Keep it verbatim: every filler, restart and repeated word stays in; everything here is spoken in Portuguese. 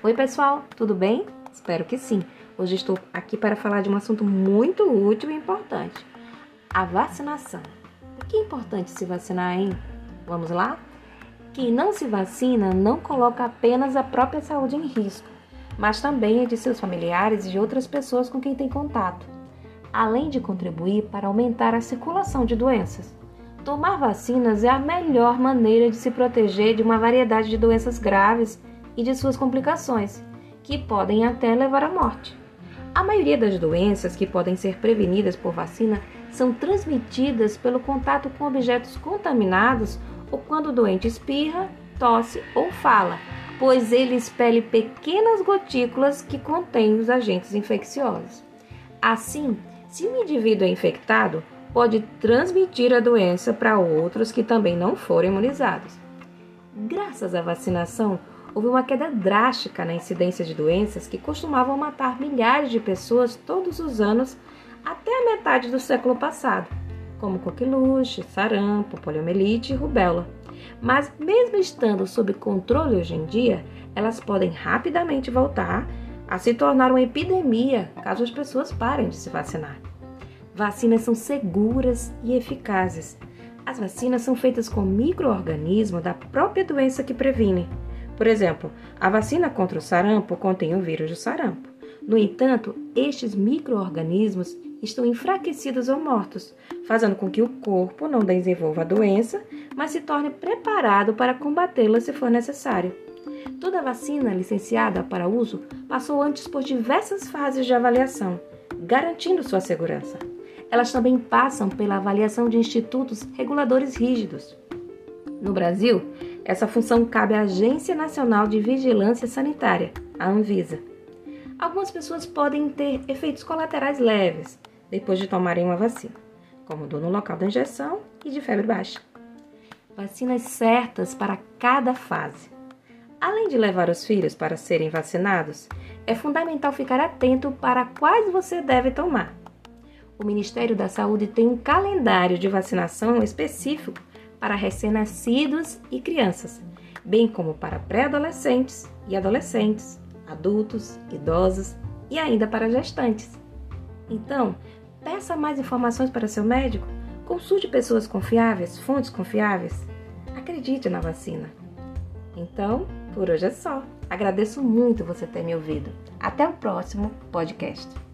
Oi pessoal, tudo bem? Espero que sim. Hoje estou aqui para falar de um assunto muito útil e importante: a vacinação. Por que é importante se vacinar, hein? Vamos lá? Quem não se vacina não coloca apenas a própria saúde em risco, mas também a de seus familiares e de outras pessoas com quem tem contato, além de contribuir para aumentar a circulação de doenças. Tomar vacinas é a melhor maneira de se proteger de uma variedade de doenças graves e de suas complicações, que podem até levar à morte. A maioria das doenças que podem ser prevenidas por vacina são transmitidas pelo contato com objetos contaminados ou quando o doente espirra, tosse ou fala, pois ele expele pequenas gotículas que contêm os agentes infecciosos. Assim, se um indivíduo é infectado, pode transmitir a doença para outros que também não foram imunizados. Graças à vacinação, houve uma queda drástica na incidência de doenças que costumavam matar milhares de pessoas todos os anos até a metade do século passado, como coqueluche, sarampo, poliomielite e rubéola. Mas mesmo estando sob controle hoje em dia, elas podem rapidamente voltar a se tornar uma epidemia caso as pessoas parem de se vacinar. Vacinas são seguras e eficazes. As vacinas são feitas com micro-organismos da própria doença que previne. Por exemplo, a vacina contra o sarampo contém o vírus do sarampo. No entanto, estes micro-organismos estão enfraquecidos ou mortos, fazendo com que o corpo não desenvolva a doença, mas se torne preparado para combatê-la se for necessário. Toda vacina licenciada para uso passou antes por diversas fases de avaliação, garantindo sua segurança. Elas também passam pela avaliação de institutos reguladores rígidos. No Brasil, essa função cabe à Agência Nacional de Vigilância Sanitária, a Anvisa. Algumas pessoas podem ter efeitos colaterais leves depois de tomarem uma vacina, como dor no local da injeção e de febre baixa. Vacinas certas para cada fase. Além de levar os filhos para serem vacinados, é fundamental ficar atento para quais você deve tomar. O Ministério da Saúde tem um calendário de vacinação específico para recém-nascidos e crianças, bem como para pré-adolescentes e adolescentes, adultos, idosos e ainda para gestantes. Então, peça mais informações para seu médico, consulte pessoas confiáveis, fontes confiáveis. Acredite na vacina. Então, por hoje é só. Agradeço muito você ter me ouvido. Até o próximo podcast.